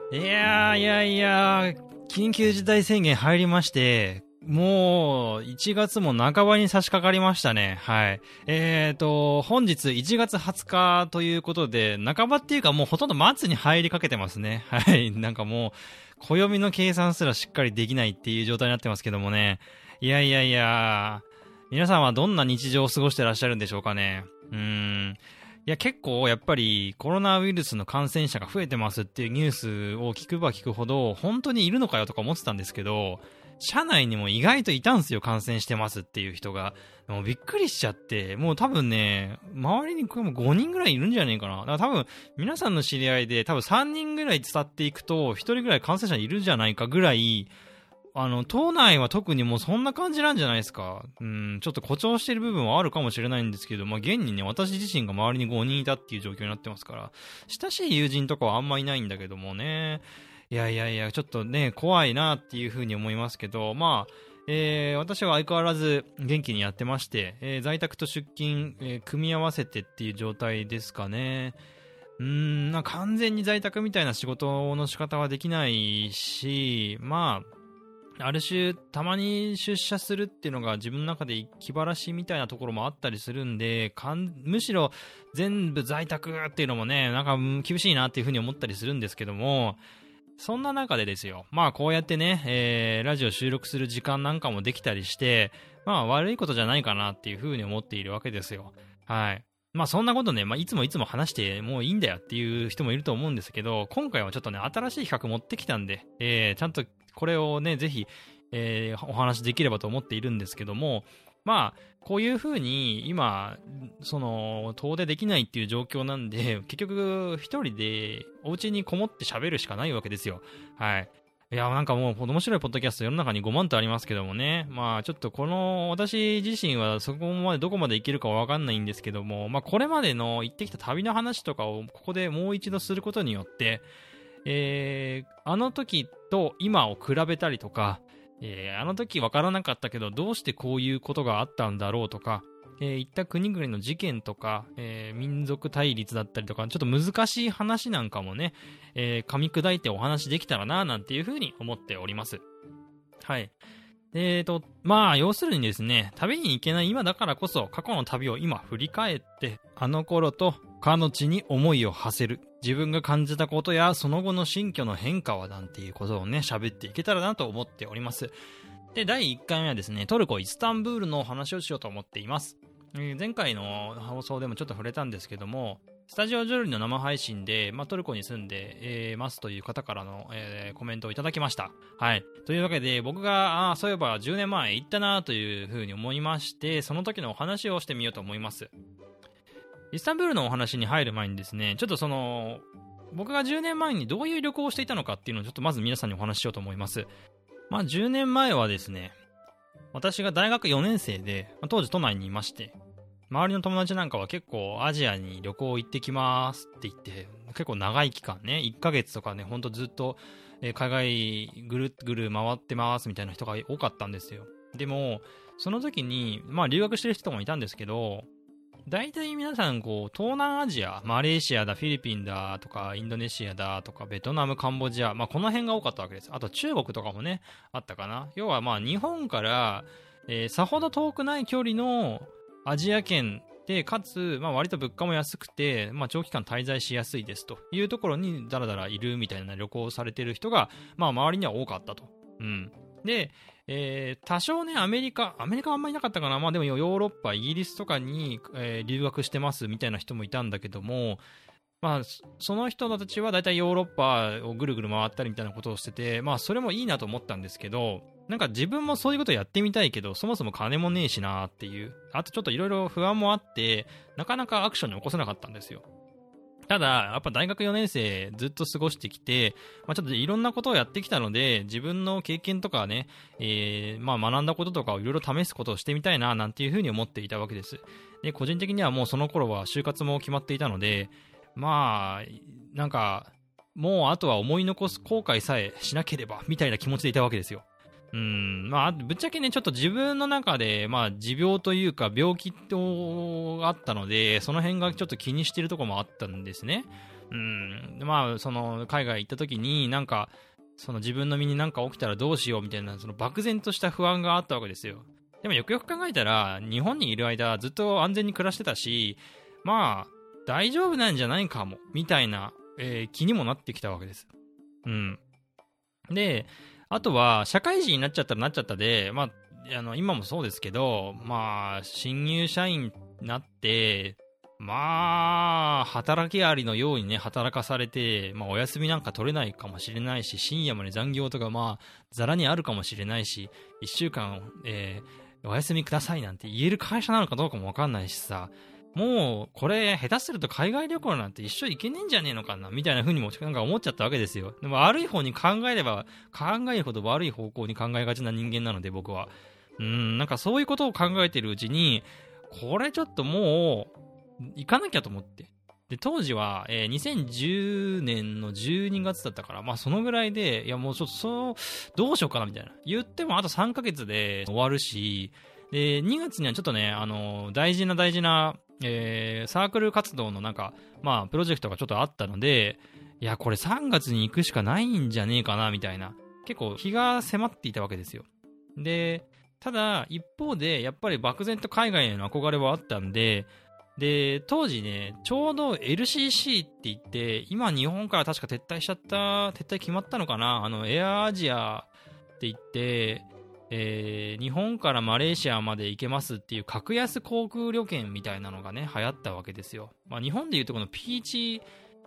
いやーいやいや、緊急事態宣言入りまして、もう、1月も半ばに差し掛かりましたね。はい。本日1月20日ということで、半ばっていうかもうほとんど末に入りかけてますね。はい。なんかもう、暦の計算すらしっかりできないっていう状態になってますけどもね。いやいやいや、皆さんはどんな日常を過ごしてらっしゃるんでしょうかね。いや結構やっぱりコロナウイルスの感染者が増えてますっていうニュースを聞くば聞くほど本当にいるのかよとか思ってたんですけど、社内にも意外といたんすよ、感染してますっていう人が。もうびっくりしちゃって、もう多分ね、周りにこれも5人ぐらいいるんじゃねえかな。だから多分皆さんの知り合いで多分3人ぐらい伝っていくと1人ぐらい感染者いるんじゃないかぐらい、党内は特にもうそんな感じなんじゃないですか。ちょっと誇張してる部分はあるかもしれないんですけど、まあ、現にね、私自身が周りに5人いたっていう状況になってますから、親しい友人とかはあんまいないんだけどもね。いやいやいや、ちょっとね、怖いなっていうふうに思いますけど、まあ、私は相変わらず元気にやってまして、在宅と出勤、組み合わせてっていう状態ですかね。完全に在宅みたいな仕事の仕方はできないし、まあ、ある種、たまに出社するっていうのが自分の中で気晴らしみたいなところもあったりするんで、むしろ全部在宅っていうのもね、なんか厳しいなっていうふうに思ったりするんですけども、そんな中でですよ、まあこうやってね、ラジオ収録する時間なんかもできたりして、まあ悪いことじゃないかなっていうふうに思っているわけですよ。はい。まあそんなことね、まあいつも話してもういいんだよっていう人もいると思うんですけど、今回はちょっとね、新しい企画持ってきたんで、ちゃんとこれをね、ぜひ、お話できればと思っているんですけども、まあ、こういう風に今、遠出できないっていう状況なんで、結局一人でお家にこもって喋るしかないわけですよ。はい。いや、なんかもう面白いポッドキャスト世の中に5万とありますけどもね。まあちょっと私自身はそこまでどこまでいけるかわかんないんですけども、まあこれまでの行ってきた旅の話とかをここでもう一度することによって、あの時と今を比べたりとか、あの時分からなかったけどどうしてこういうことがあったんだろうとか、いった国々の事件とか、民族対立だったりとかちょっと難しい話なんかもね、噛み砕いてお話できたらななんていうふうに思っております。はい。まあ、要するにですね、旅に行けない今だからこそ、過去の旅を今振り返って、あの頃とかの地に思いを馳せる。自分が感じたことや、その後の心境の変化はなんていうことをね、喋っていけたらなと思っております。で、第1回目はですね、トルコ・イスタンブールのお話をしようと思っています。前回の放送でもちょっと触れたんですけども、スタジオジョルの生配信で、トルコに住んで、ますという方からの、コメントをいただきました。はい。というわけで、僕が、そういえば10年前行ったなというふうに思いまして、その時のお話をしてみようと思います。イスタンブールのお話に入る前にですね、ちょっと僕が10年前にどういう旅行をしていたのかっていうのをちょっとまず皆さんにお話ししようと思います。まあ10年前はですね、私が大学4年生で、当時都内にいまして、周りの友達なんかは結構アジアに旅行行ってきますって言って、結構長い期間ね、1ヶ月とかね、ほんとずっと、海外ぐるぐる回ってますみたいな人が多かったんですよ。でも、その時に、まあ留学してる人もいたんですけど、大体皆さんこう、東南アジア、マレーシアだ、フィリピンだとか、インドネシアだとか、ベトナム、カンボジア、まあこの辺が多かったわけです。あと中国とかもね、あったかな。要はまあ日本から、さほど遠くない距離のアジア圏で、かつ、まあ割と物価も安くて、まあ長期間滞在しやすいですというところにダラダラいるみたいな旅行をされてる人が、まあ周りには多かったと。うん。で、多少ね、アメリカはあんまりいなかったかな。まあでもヨーロッパ、イギリスとかに、留学してますみたいな人もいたんだけども、まあ、その人たちは大体ヨーロッパをぐるぐる回ったりみたいなことをしてて、まあそれもいいなと思ったんですけど、なんか自分もそういうことやってみたいけど、そもそも金もねえしなっていう、あとちょっといろいろ不安もあって、なかなかアクションに起こせなかったんですよ。ただ、やっぱ大学4年生ずっと過ごしてきて、まあ、ちょっといろんなことをやってきたので、自分の経験とかね、まあ学んだこととかをいろいろ試すことをしてみたいな、なんていうふうに思っていたわけです。で、個人的にはもうその頃は就活も決まっていたので、まあ、なんか、もうあとは思い残す後悔さえしなければ、みたいな気持ちでいたわけですよ。 まあ、ぶっちゃけね、ちょっと自分の中で、まあ、持病というか、病気とあったので、その辺がちょっと気にしてるところもあったんですね。まあ、その、海外行った時に、なんか、その自分の身になんか起きたらどうしようみたいな、その漠然とした不安があったわけですよ。でもよくよく考えたら、日本にいる間、ずっと安全に暮らしてたし、まあ、大丈夫なんじゃないかも、みたいな、気にもなってきたわけです。で、あとは、社会人になっちゃったらなっちゃったで、まあ、今もそうですけど、まあ、新入社員になって、まあ、働きありのようにね、働かされて、まあ、お休みなんか取れないかもしれないし、深夜まで残業とか、まあ、ざらにあるかもしれないし、一週間、お休みくださいなんて言える会社なのかどうかもわかんないしさ、もう、これ、下手すると海外旅行なんて一生行けねえんじゃねえのかな、みたいな風にもなんか思っちゃったわけですよ。でも、悪い方に考えれば、考えるほど悪い方向に考えがちな人間なので、僕は。なんかそういうことを考えてるうちに、これちょっともう、行かなきゃと思って。で、当時は、2010年の12月だったから、まあそのぐらいで、いやもうちょっとどうしようかなみたいな。言ってもあと3ヶ月で終わるし、で、2月にはちょっとね、大事な、サークル活動のなんか、まあ、プロジェクトがちょっとあったので、いや、これ3月に行くしかないんじゃねえかな、みたいな。結構、日が迫っていたわけですよ。で、ただ、一方で、やっぱり漠然と海外への憧れはあったんで、で、当時ね、ちょうど LCC って言って、今日本から確か撤退決まったのかな、エアアジアって言って、日本からマレーシアまで行けますっていう格安航空旅券みたいなのがね、流行ったわけですよ。まあ日本でいうとこのピーチ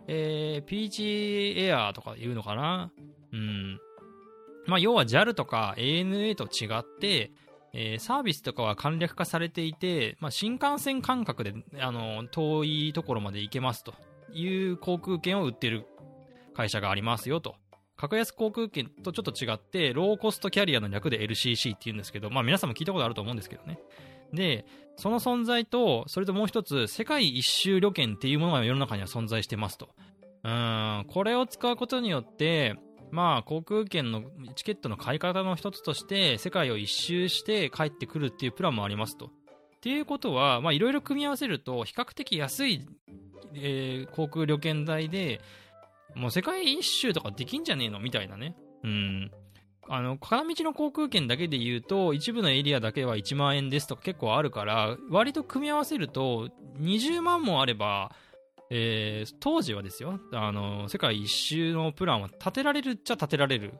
エアーとかいうのかな。まあ要は JAL とか ANA と違って、サービスとかは簡略化されていて、まあ、新幹線感覚で、遠いところまで行けますという航空券を売ってる会社がありますよと。格安航空券とちょっと違って、ローコストキャリアの略で LCC って言うんですけど、まあ皆さんも聞いたことあると思うんですけどね。で、その存在と、それともう一つ、世界一周旅券っていうものが世の中には存在してますと。これを使うことによって、まあ航空券のチケットの買い方の一つとして、世界を一周して帰ってくるっていうプランもありますと。っていうことは、まあいろいろ組み合わせると、比較的安い、航空旅券代で、もう世界一周とかできんじゃねえのみたいなね。片道の航空券だけで言うと、一部のエリアだけは1万円ですとか結構あるから、割と組み合わせると、20万もあれば、当時はですよ、世界一周のプランは立てられるっちゃ立てられる。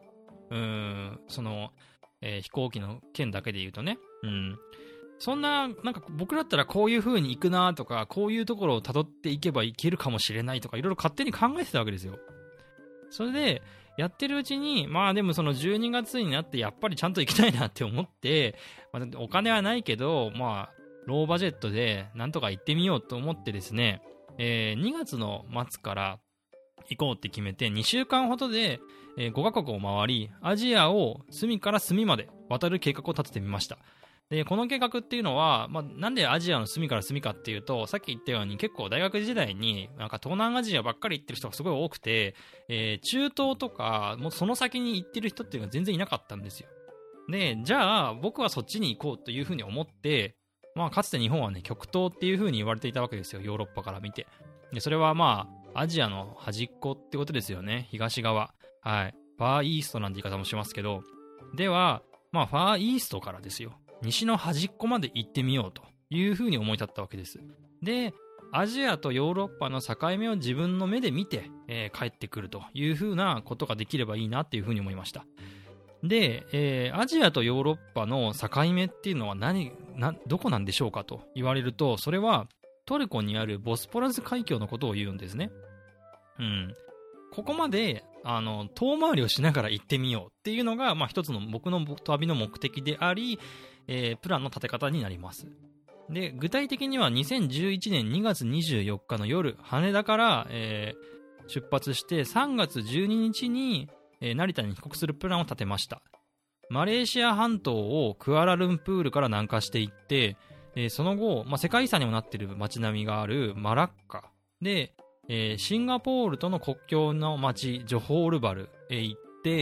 飛行機の券だけで言うとね。そんな、なんか僕だったらこういう風に行くなとか、こういうところを辿っていけばいけるかもしれないとか、いろいろ勝手に考えてたわけですよ。それで、やってるうちに、まあでもその12月になってやっぱりちゃんと行きたいなって思って、まあ、お金はないけど、まあ、ローバジェットでなんとか行ってみようと思ってですね、2月の末から行こうって決めて、2週間ほどで、5カ国を回り、アジアを隅から隅まで渡る計画を立ててみました。で、この計画っていうのは、まあ、なんでアジアの隅から隅かっていうと、さっき言ったように結構大学時代に、なんか東南アジアばっかり行ってる人がすごい多くて、中東とか、もうその先に行ってる人っていうのが全然いなかったんですよ。で、じゃあ、僕はそっちに行こうというふうに思って、まあ、かつて日本はね、極東っていうふうに言われていたわけですよ、ヨーロッパから見て。で、それはまあ、アジアの端っこってことですよね、東側。はい。ファーイーストなんて言い方もしますけど、では、まあ、ファーイーストからですよ。西の端っこまで行ってみようというふうに思い立ったわけです。で、アジアとヨーロッパの境目を自分の目で見て、帰ってくるというふうなことができればいいなっていうふうに思いました。で、アジアとヨーロッパの境目っていうのはどこなんでしょうかと言われると、それはトルコにあるボスポラス海峡のことを言うんですね。ここまで遠回りをしながら行ってみようっていうのが、まあ、一つの僕の旅の目的であり、プランの立て方になります。で、具体的には2011年2月24日の夜、羽田から、出発して3月12日に、成田に帰国するプランを立てました。マレーシア半島をクアラルンプールから南下していって、その後、まあ、世界遺産にもなっている街並みがあるマラッカで、シンガポールとの国境の街ジョホールバルへ行って、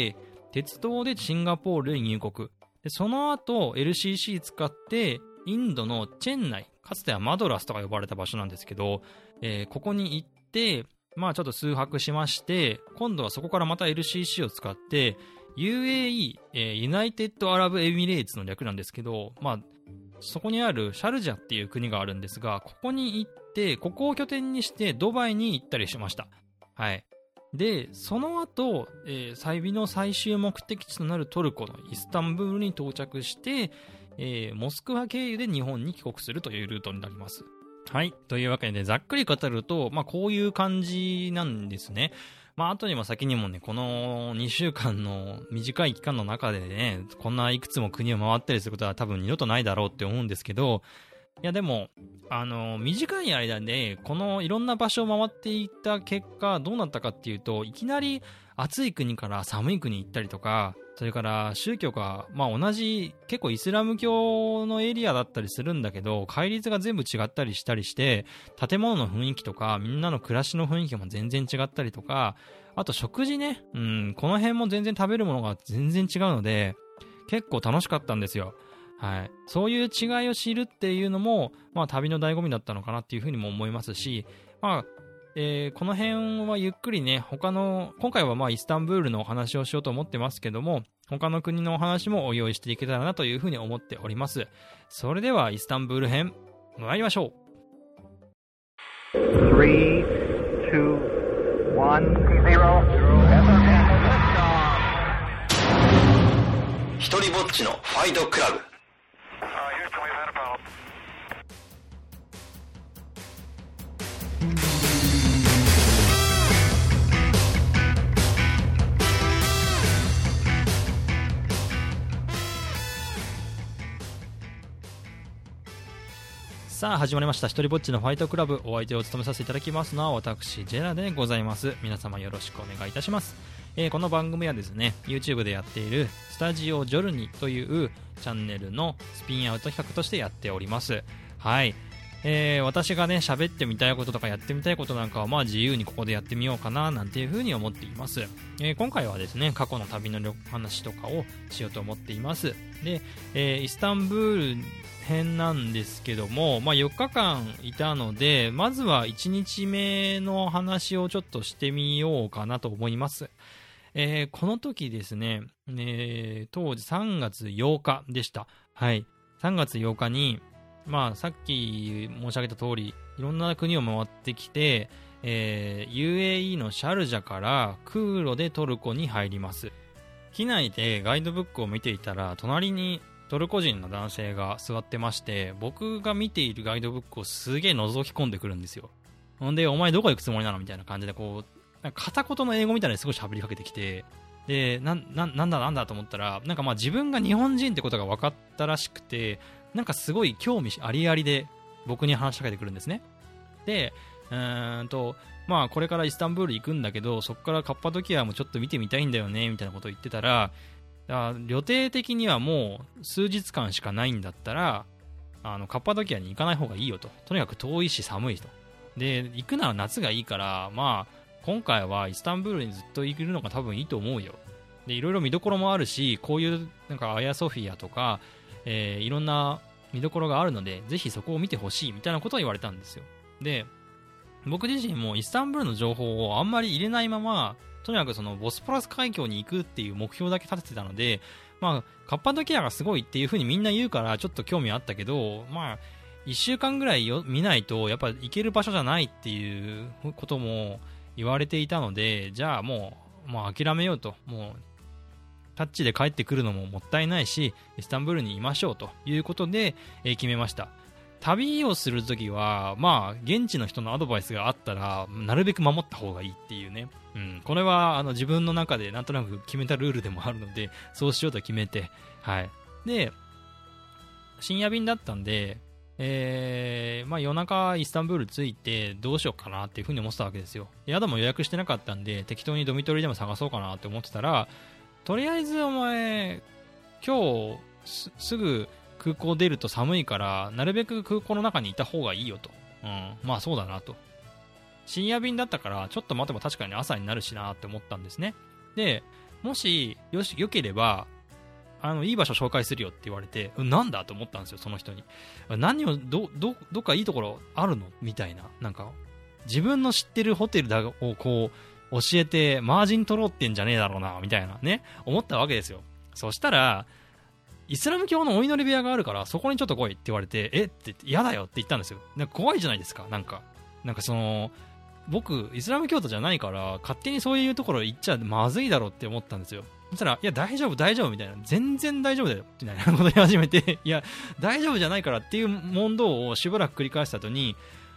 鉄道でシンガポールへ入国。で、その後、LCC 使って、インドのチェンナイ、かつてはマドラスとか呼ばれた場所なんですけど、ここに行って、まあちょっと数泊しまして、今度はそこからまた LCC を使って、UAE、ユナイテッドアラブエミレーツの略なんですけど、まあ、そこにあるシャルジャっていう国があるんですが、ここに行って、ここを拠点にしてドバイに行ったりしました。はい。で、その後、旅の最終目的地となるトルコのイスタンブールに到着して、モスクワ経由で日本に帰国するというルートになります。はい。というわけで、ざっくり語ると、まあ、こういう感じなんですね。まあ、後にも先にもね、この2週間の短い期間の中でね、こんないくつも国を回ったりすることは多分二度とないだろうって思うんですけど、いやでも、短い間で、このいろんな場所を回っていった結果、どうなったかっていうと、いきなり暑い国から寒い国に行ったりとか、それから宗教が、まあ同じ、結構イスラム教のエリアだったりするんだけど、戒律が全部違ったりしたりして、建物の雰囲気とか、みんなの暮らしの雰囲気も全然違ったりとか、あと食事ね、この辺も全然食べるものが全然違うので、結構楽しかったんですよ。はい。そういう違いを知るっていうのも、まあ旅の醍醐味だったのかなっていうふうにも思いますし、まあ、この辺はゆっくりね、今回はまあイスタンブールのお話をしようと思ってますけども、他の国のお話もお用意していけたらなというふうに思っております。それではイスタンブール編、参りましょう。3、2、1、0、 ひとりぼっちのファイトクラブ。 さあ始まりました。ひとりぼっちのファイトクラブ。お相手を務めさせていただきますのは私ジェラでございます。皆様よろしくお願いいたします。この番組はですね YouTube でやっているスタジオジョルニというチャンネルのスピンアウト企画としてやっております。はい。私がね喋ってみたいこととかやってみたいことなんかはまあ自由にここでやってみようかななんていうふうに思っています。今回はですね過去の旅の話とかをしようと思っています。で、イスタンブール編なんですけども、まあ、4日間いたのでまずは1日目の話をちょっとしてみようかなと思います。この時ですね、当時3月8日でした。はい。3月8日にまあ、さっき申し上げた通りいろんな国を回ってきて、UAE のシャルジャから空路でトルコに入ります。機内でガイドブックを見ていたら隣にトルコ人の男性が座ってまして、僕が見ているガイドブックをすげえ覗き込んでくるんですよ。ほんでお前どこ行くつもりなのみたいな感じでこうなんか片言の英語みたいなのすごい喋りかけてきて、でなんだと思ったらなんかまあ自分が日本人ってことが分かったらしくて、なんかすごい興味ありありで僕に話しかけてくるんですね。で、まあこれからイスタンブール行くんだけど、そこからカッパドキアもちょっと見てみたいんだよねみたいなことを言ってたら、予定的にはもう数日間しかないんだったらカッパドキアに行かない方がいいよと。とにかく遠いし寒いと。で、行くなら夏がいいから、まあ今回はイスタンブールにずっと行くのが多分いいと思うよ。で、いろいろ見どころもあるし、こういうなんかアヤソフィアとかいろんな見どころがあるのでぜひそこを見てほしいみたいなことを言われたんですよ。で、僕自身もイスタンブールの情報をあんまり入れないまま、とにかくそのボスポラス海峡に行くっていう目標だけ立ててたので、まあカッパドキアがすごいっていう風にみんな言うからちょっと興味あったけど、まあ1週間ぐらい見ないとやっぱ行ける場所じゃないっていうことも言われていたので、じゃあもう諦めようと、もうタッチで帰ってくるのももったいないしイスタンブールにいましょうということで、決めました。旅をするときはまあ現地の人のアドバイスがあったらなるべく守った方がいいっていうね、これは自分の中でなんとなく決めたルールでもあるのでそうしようと決めて、はい。で、深夜便だったんで、まあ夜中イスタンブール着いてどうしようかなっていうふうに思ってたわけですよ。宿も予約してなかったんで適当にドミトリーでも探そうかなって思ってたら、とりあえずお前今日すぐ空港出ると寒いからなるべく空港の中にいた方がいいよと、まあそうだなと。深夜便だったからちょっと待てば確かに朝になるしなって思ったんですね。で、 もしよければいい場所紹介するよって言われて、なんだと思ったんですよ、その人に。何をどっかいいところあるのみたいな、なんか自分の知ってるホテルだをこう教えてマージン取ろうってんじゃねえだろうなみたいなね、思ったわけですよ。そしたらイスラム教のお祈り部屋があるからそこにちょっと来いって言われて、って言って嫌だよって言ったんですよ。なんか怖いじゃないですか。なんかその僕イスラム教徒じゃないから勝手にそういうところ行っちゃまずいだろうって思ったんですよ。そしたら、いや大丈夫みたいな、全然大丈夫だよみたいなこと言い始めて、いや大丈夫じゃないからっていう問答をしばらく繰り返した後に、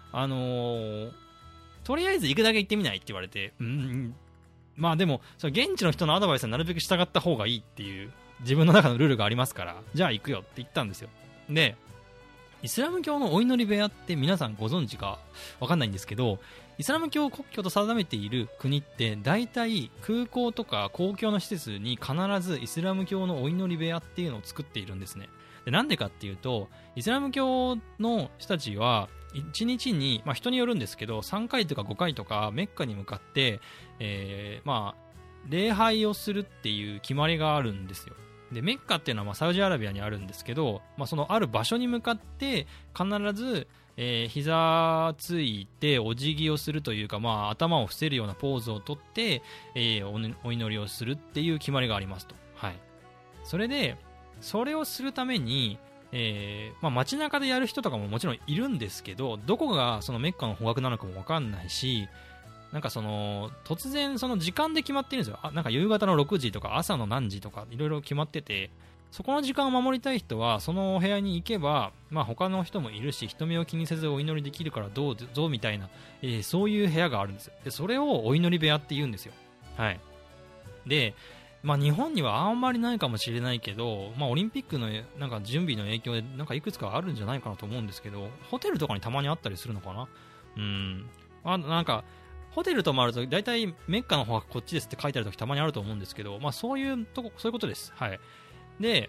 とりあえず行くだけ行ってみないって言われて、まあでもその現地の人のアドバイスになるべく従った方がいいっていう自分の中のルールがありますから、じゃあ行くよって言ったんですよ。でイスラム教のお祈り部屋って皆さんご存知かわかんないんですけど、イスラム教を国教と定めている国って大体空港とか公共の施設に必ずイスラム教のお祈り部屋っていうのを作っているんですね。でなんでかっていうと、イスラム教の人たちは1日に、まあ、人によるんですけど3回とか5回とかメッカに向かって、まあ、礼拝をするっていう決まりがあるんですよ。でメッカっていうのはまあサウジアラビアにあるんですけど、まあ、そのある場所に向かって必ず膝ついてお辞儀をするというか、まあ、頭を伏せるようなポーズをとって、お祈りをするっていう決まりがありますと。はい、それでそれをするために、まあ、街中でやる人とかももちろんいるんですけど、どこがそのメッカの方角なのかも分かんないし、なんかその突然その時間で決まってるんですよ。なんか夕方の6時とか朝の何時とかいろいろ決まってて、そこの時間を守りたい人はそのお部屋に行けば、まあ、他の人もいるし人目を気にせずお祈りできるからどうぞみたいな、そういう部屋があるんですよ。でそれをお祈り部屋って言うんですよ。はい。でまあ、日本にはあんまりないかもしれないけど、まあ、オリンピックのなんか準備の影響でなんかいくつかあるんじゃないかなと思うんですけど、ホテルとかにたまにあったりするのかな。なんかホテル泊まると大体メッカの方がこっちですって書いてあるときたまにあると思うんですけど、まあ、そういうことです。はい。で、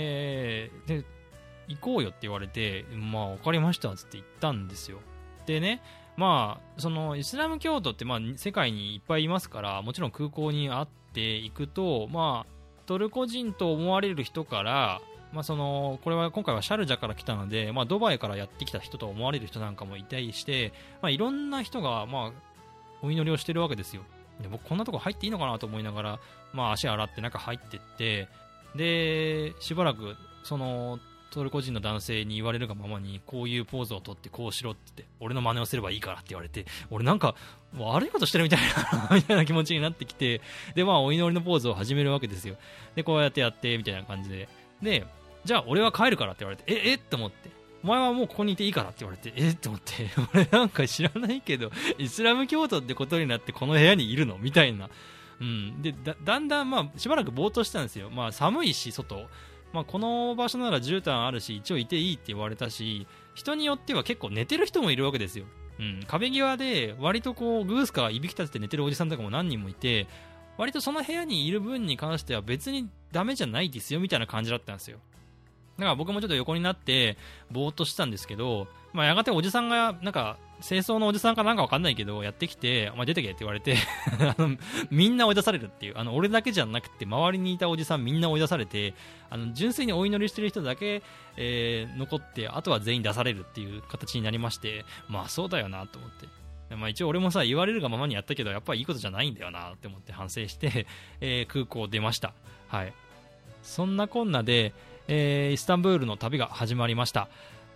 行こうよって言われて、まあ分かりましたっつって行ったんですよ。でね、まあそのイスラム教徒ってまあ世界にいっぱいいますから、もちろん空港に会っていくと、まあトルコ人と思われる人から、まあこれは今回はシャルジャから来たので、まあドバイからやってきた人と思われる人なんかもいたりして、まあいろんな人がまあお祈りをしてるわけですよ。で僕こんなとこ入っていいのかなと思いながら、まあ足洗って中入ってって、でしばらくそのトルコ人の男性に言われるがままにこういうポーズをとってこうしろって言って俺の真似をすればいいからって言われて、俺なんか悪いことしてるみたいなみたいな気持ちになってきて、でまあお祈りのポーズを始めるわけですよ。でこうやってやってみたいな感じでじゃあ俺は帰るからって言われて、って思って、お前はもうここにいていいからって言われて、って思って、俺なんか知らないけどイスラム教徒ってことになってこの部屋にいるのみたいな。で だんだんまあしばらくぼーっとしたんですよ。まあ寒いし外、まあ、この場所なら絨毯あるし一応いていいって言われたし、人によっては結構寝てる人もいるわけですよ。壁際で割とこうグースかいびき立てて寝てるおじさんとかも何人もいて、割とその部屋にいる分に関しては別にダメじゃないですよみたいな感じだったんですよ。だから僕もちょっと横になってぼーっとしたんですけど、まあ、やがておじさんがなんか清掃のおじさんかなんかわかんないけどやってきて、お前出てけって言われてみんな追い出されるっていう、俺だけじゃなくて周りにいたおじさんみんな追い出されて、純粋にお祈りしてる人だけ、残って、あとは全員出されるっていう形になりまして、まあそうだよなと思って、まあ、一応俺もさ言われるがままにやったけどやっぱりいいことじゃないんだよなって思って反省して、空港を出ました。はい。そんなこんなで、イスタンブールの旅が始まりました。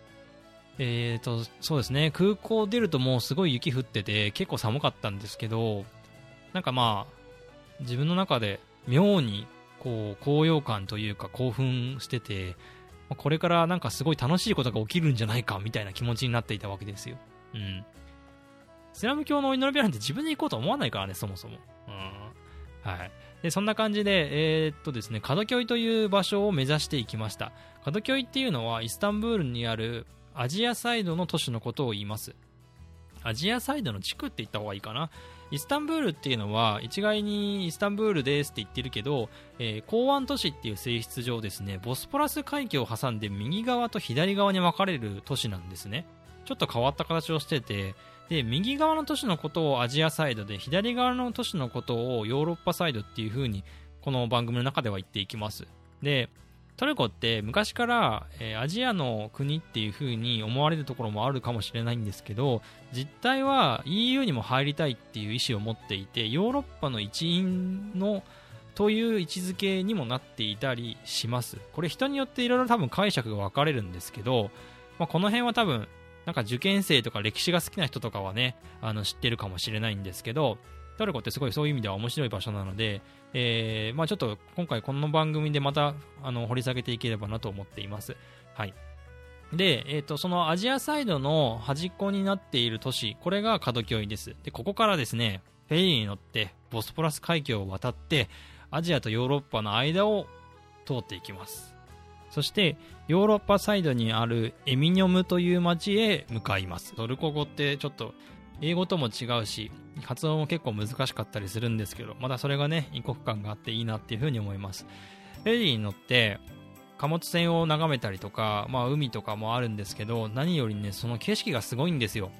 そうですね、空港出るともうすごい雪降ってて結構寒かったんですけど、なんかまあ自分の中で妙にこう高揚感というか興奮してて、これからなんかすごい楽しいことが起きるんじゃないかみたいな気持ちになっていたわけですよ。イスラム教のお祈り部屋なんて自分で行こうと思わないからね、そもそも。はい。でそんな感じで、ですね、カドキョイという場所を目指していきました。カドキョイっていうのはイスタンブールにあるアジアサイドの都市のことを言います。アジアサイドの地区って言った方がいいかな。イスタンブールっていうのは一概にイスタンブールですって言ってるけど、港湾都市っていう性質上ですね、ボスポラス海峡を挟んで右側と左側に分かれる都市なんですね。ちょっと変わった形をしてて、で右側の都市のことをアジアサイドで左側の都市のことをヨーロッパサイドっていう風にこの番組の中では言っていきます。で、トルコって昔から、アジアの国っていう風に思われるところもあるかもしれないんですけど、実態は EU にも入りたいっていう意思を持っていて、ヨーロッパの一員のという位置づけにもなっていたりします。これ人によっていろいろ多分解釈が分かれるんですけど、この辺は多分なんか受験生とか歴史が好きな人とかはね、知ってるかもしれないんですけど、トルコってすごいそういう意味では面白い場所なので、ちょっと今回この番組でまた掘り下げていければなと思っています。はい。で、そのアジアサイドの端っこになっている都市、これがカドキョイです。で、ここからですね、フェリーに乗ってボスポラス海峡を渡ってアジアとヨーロッパの間を通っていきます。そしてヨーロッパサイドにあるエミニョムという町へ向かいます。トルコ語ってちょっと英語とも違うし、発音も結構難しかったりするんですけど、まだそれがね、異国感があっていいなっていう風に思います。フェリーに乗って貨物船を眺めたりとか、海とかもあるんですけど、何よりね、その景色がすごいんですよ。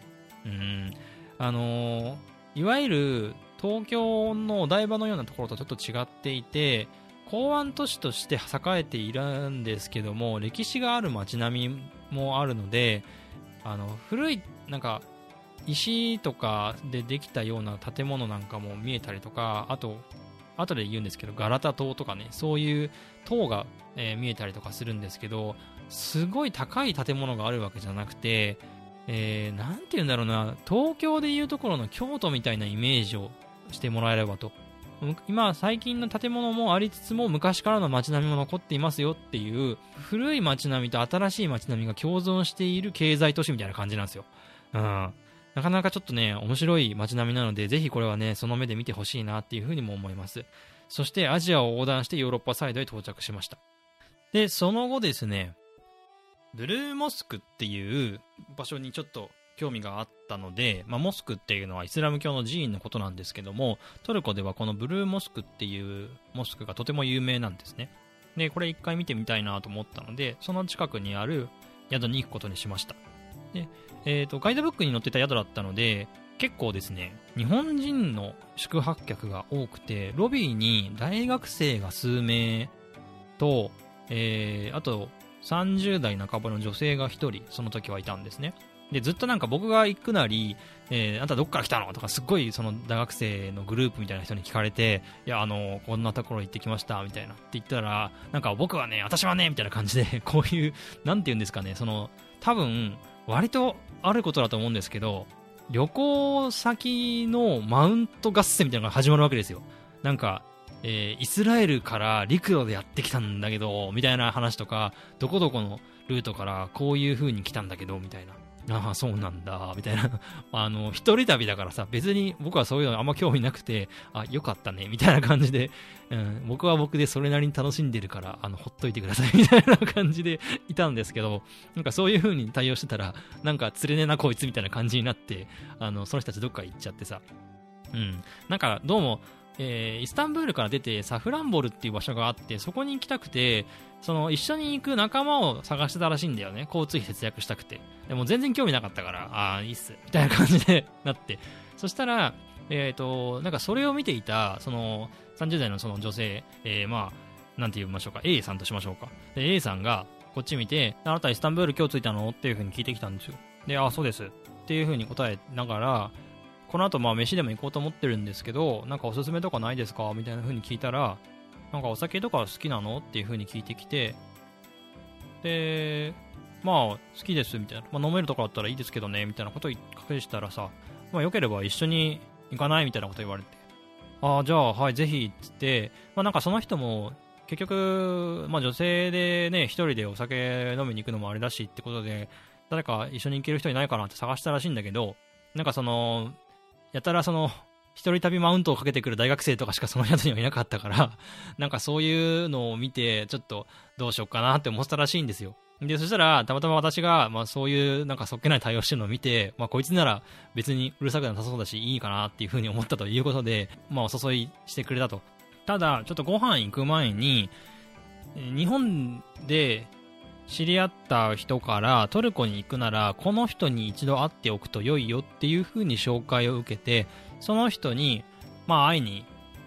いわゆる東京のお台場のようなところとちょっと違っていて、港湾都市として栄えているんですけども、歴史がある街並みもあるので、古いなんか石とかでできたような建物なんかも見えたりとか、あと後で言うんですけどガラタ塔とかね、そういう塔が、見えたりとかするんですけど、すごい高い建物があるわけじゃなくて、なんて言うんだろうな、東京でいうところの京都みたいなイメージをしてもらえればと。今最近の建物もありつつも昔からの街並みも残っていますよっていう、古い街並みと新しい街並みが共存している経済都市みたいな感じなんですよ。なかなかちょっとね、面白い街並みなので、ぜひこれはね、その目で見てほしいなっていうふうにも思います。そしてアジアを横断してヨーロッパサイドへ到着しました。で、その後ですね、ブルーモスクっていう場所にちょっと興味があったので、モスクっていうのはイスラム教の寺院のことなんですけども、トルコではこのブルーモスクっていうモスクがとても有名なんですね。で、これ一回見てみたいなと思ったので、その近くにある宿に行くことにしました。で、ガイドブックに載ってた宿だったので、結構ですね、日本人の宿泊客が多くて、ロビーに大学生が数名と、あと30代半ばの女性が1人その時はいたんですね。で、ずっとなんか僕が行くなり、あんたどっから来たのとか、すっごいその大学生のグループみたいな人に聞かれて、いや、こんなところ行ってきましたみたいなって言ったら、なんか僕はね、私はねみたいな感じで、こういうなんて言うんですかね、その多分割とあることだと思うんですけど、旅行先のマウント合戦みたいなのが始まるわけですよ。なんか、イスラエルから陸路でやってきたんだけどみたいな話とか、どこどこのルートからこういう風に来たんだけどみたいな、ああそうなんだみたいな一人旅だからさ、別に僕はそういうのあんま興味なくて、あ、よかったねみたいな感じで、僕は僕でそれなりに楽しんでるからほっといてくださいみたいな感じでいたんですけど、なんかそういう風に対応してたら、なんか釣れねえなこいつみたいな感じになって、その人たちどっか行っちゃってさ、なんかどうもイスタンブールから出てサフランボルっていう場所があって、そこに行きたくて、その一緒に行く仲間を探してたらしいんだよね。交通費節約したくて。でも全然興味なかったから、ああいいっすみたいな感じでなって、そしたらなんかそれを見ていたその30代のその女性、なんて言いましょうか、 A さんとしましょうか。で A さんがこっち見て、あなたイスタンブール今日着いたのっていう風に聞いてきたんですよ。で、あ、そうですっていう風に答えながら、この後飯でも行こうと思ってるんですけど、なんかおすすめとかないですかみたいな風に聞いたら、なんかお酒とか好きなのっていう風に聞いてきて、で、好きですみたいな、飲めるとこだったらいいですけどねみたいなことを隠したらさ、よければ一緒に行かないみたいなこと言われて、ああじゃあはいぜひっつって、なんかその人も結局、女性でね一人でお酒飲みに行くのもあれだしってことで、誰か一緒に行ける人いないかなって探したらしいんだけど、なんかそのやたらその一人旅マウントをかけてくる大学生とかしかその宿にはいなかったから、なんかそういうのを見てちょっとどうしようかなって思ってたらしいんですよ。で、そしたらたまたま私がそういうなんかそっけない対応してるのを見て、こいつなら別にうるさくなさそうだしいいかなっていう風に思ったということで、お誘いしてくれたと。ただちょっとご飯行く前に、日本で知り合った人からトルコに行くならこの人に一度会っておくと良いよっていう風に紹介を受けて、その人に会いに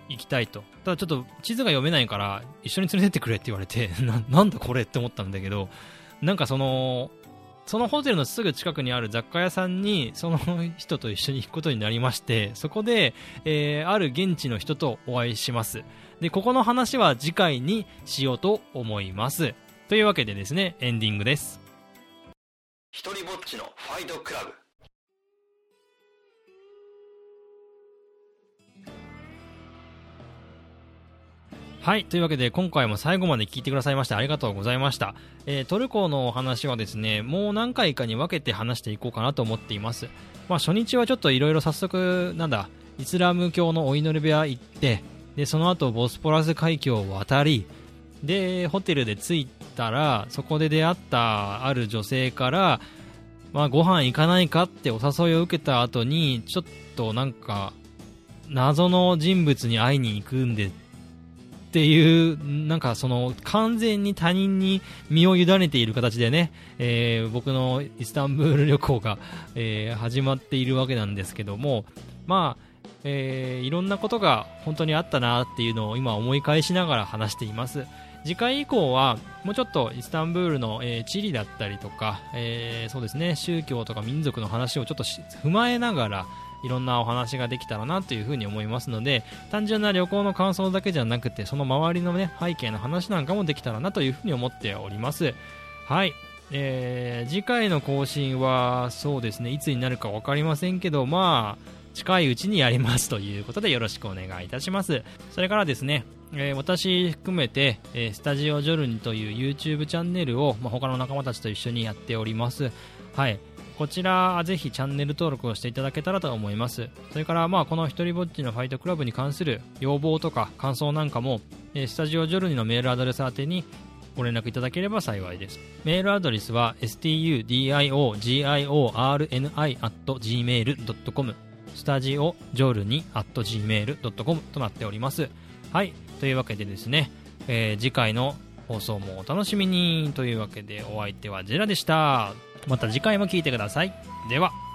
行きたいと。ただちょっと地図が読めないから一緒に連れてってくれって言われてなんだこれって思ったんだけど、なんかそのホテルのすぐ近くにある雑貨屋さんにその人と一緒に行くことになりまして、そこで、ある現地の人とお会いします。で、ここの話は次回にしようと思います。というわけでですね、エンディングです。 一人ぼっちのファイトクラブ。 はい。というわけで、今回も最後まで聞いてくださいましてありがとうございました。トルコのお話はですね、もう何回かに分けて話していこうかなと思っています。まあ、初日はちょっといろいろ早速、イスラム教のお祈り部屋行って、で、その後、ボスポラス海峡を渡り、で、ホテルで着いたら、そこで出会ったある女性から、まあ、ご飯行かないかってお誘いを受けた後に、ちょっとなんか、謎の人物に会いに行くんで、っていう、なんかその完全に他人に身を委ねている形でね、僕のイスタンブール旅行が、始まっているわけなんですけども、まあ、いろんなことが本当にあったなっていうのを今思い返しながら話しています。次回以降はもうちょっとイスタンブールの、地理だったりとか、そうですね、宗教とか民族の話をちょっと踏まえながらいろんなお話ができたらなというふうに思いますので、単純な旅行の感想だけじゃなくて、その周りのね、背景の話なんかもできたらなというふうに思っております。はい。次回の更新はそうですね、いつになるか分かりませんけど、まあ近いうちにやりますということでよろしくお願いいたします。それからですね、私含めて、スタジオジョルニという YouTube チャンネルを、他の仲間たちと一緒にやっております。はい。こちらぜひチャンネル登録をしていただけたらと思います。それからこの一人ぼっちのファイトクラブに関する要望とか感想なんかも、スタジオジョルニのメールアドレス宛てにご連絡いただければ幸いです。メールアドレスは studiogorni@gmail.com スタジオジョルニ .gmail.com となっております。はい。というわけでですね、次回の放送もお楽しみにというわけで、お相手はジェラでした。また次回も聞いてください。では。